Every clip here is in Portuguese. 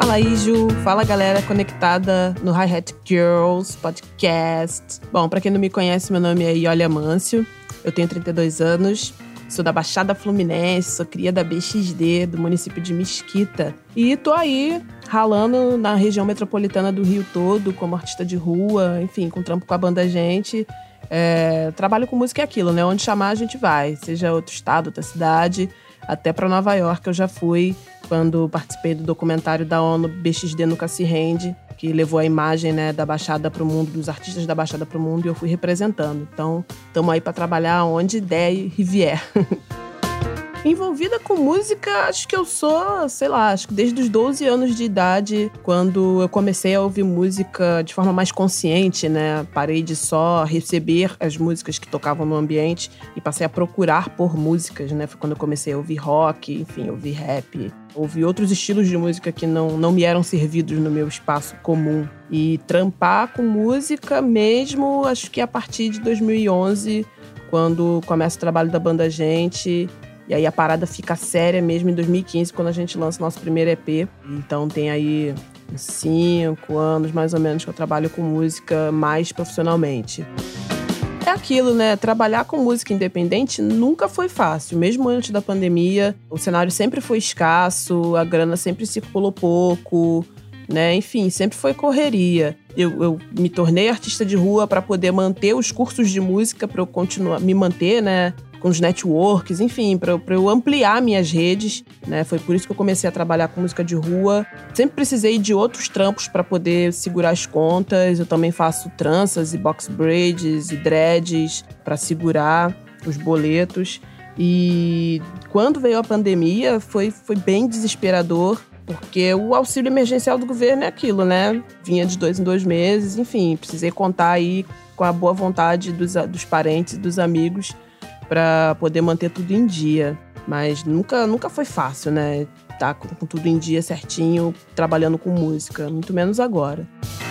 Fala aí, Ju. Fala, galera conectada no Hi-Hat Girls Podcast. Bom, pra quem não me conhece, meu nome é Iole Amâncio. Eu tenho 32 anos, sou da Baixada Fluminense, sou cria da BXD, do município de Mesquita. E tô aí ralando na região metropolitana do Rio todo, como artista de rua, enfim, com trampo com a banda Gente. Trabalho com música é aquilo, né? Onde chamar a gente vai, seja outro estado, outra cidade. Até para Nova York eu já fui, quando participei do documentário da ONU BXD Nunca Se Rende, que levou a imagem, né, da Baixada para o mundo, dos artistas da Baixada para o mundo, e eu fui representando. Então, estamos aí para trabalhar onde der e vier. Envolvida com música, acho que eu sou, sei lá, acho que desde os 12 anos de idade, quando eu comecei a ouvir música de forma mais consciente, né? Parei de só receber as músicas que tocavam no ambiente e passei a procurar por músicas, né? Foi quando eu comecei a ouvir rock, enfim, ouvir rap, ouvir outros estilos de música que não me eram servidos no meu espaço comum. E trampar com música mesmo, acho que a partir de 2011, quando começa o trabalho da banda Gente. E aí a parada fica séria mesmo em 2015, quando a gente lança o nosso primeiro EP. Então tem aí uns 5 anos, mais ou menos, que eu trabalho com música mais profissionalmente. É aquilo, né? Trabalhar com música independente nunca foi fácil. Mesmo antes da pandemia, o cenário sempre foi escasso, a grana sempre circulou pouco, né? Enfim, sempre foi correria. Eu me tornei artista de rua para poder manter os cursos de música, para eu continuar, me manter, né? Com os networks, enfim, para eu ampliar minhas redes, né? Foi por isso que eu comecei a trabalhar com música de rua. Sempre precisei de outros trampos para poder segurar as contas. Eu também faço tranças e box braids e dreads para segurar os boletos. E quando veio a pandemia, foi bem desesperador, porque o auxílio emergencial do governo é aquilo, né? Vinha de 2 em 2 meses, enfim, precisei contar aí com a boa vontade dos parentes e dos amigos para poder manter tudo em dia. Mas nunca foi fácil, né? Tá com tudo em dia certinho, trabalhando com música, muito menos agora.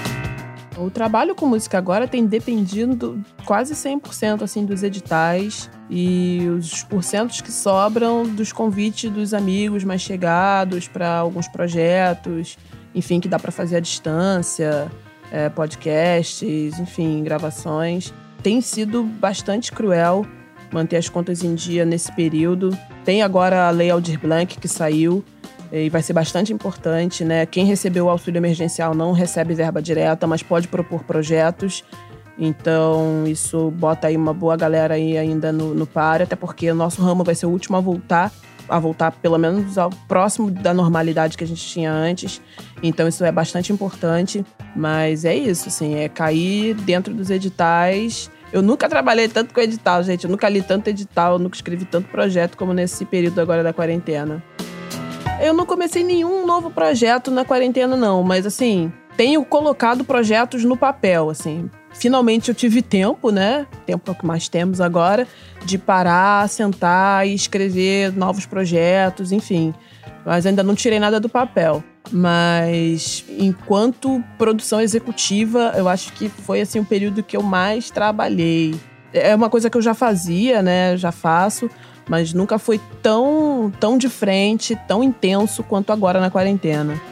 O trabalho com música agora tem dependido quase 100% assim, dos editais e os porcentos que sobram dos convites dos amigos mais chegados para alguns projetos, enfim, que dá para fazer à distância, podcasts, enfim, gravações. Tem sido bastante cruel manter as contas em dia nesse período. Tem agora a Lei Aldir Blanc que saiu e vai ser bastante importante, né? Quem recebeu o auxílio emergencial não recebe verba direta, mas pode propor projetos. Então, isso bota aí uma boa galera aí ainda no páreo, até porque o nosso ramo vai ser o último a voltar pelo menos ao próximo da normalidade que a gente tinha antes. Então, isso é bastante importante. Mas é isso, assim, é cair dentro dos editais. Eu nunca trabalhei tanto com edital, gente. Eu nunca li tanto edital, eu nunca escrevi tanto projeto como nesse período agora da quarentena. Eu não comecei nenhum novo projeto na quarentena, não. Mas, assim, tenho colocado projetos no papel, assim. Finalmente eu tive tempo, né? Tempo que mais temos agora, de parar, sentar e escrever novos projetos, enfim. Mas ainda não tirei nada do papel. Mas, enquanto produção executiva, eu acho que foi, assim, o período que eu mais trabalhei. É uma coisa que eu já fazia, né? Já faço, mas nunca foi tão de frente, tão intenso quanto agora na quarentena.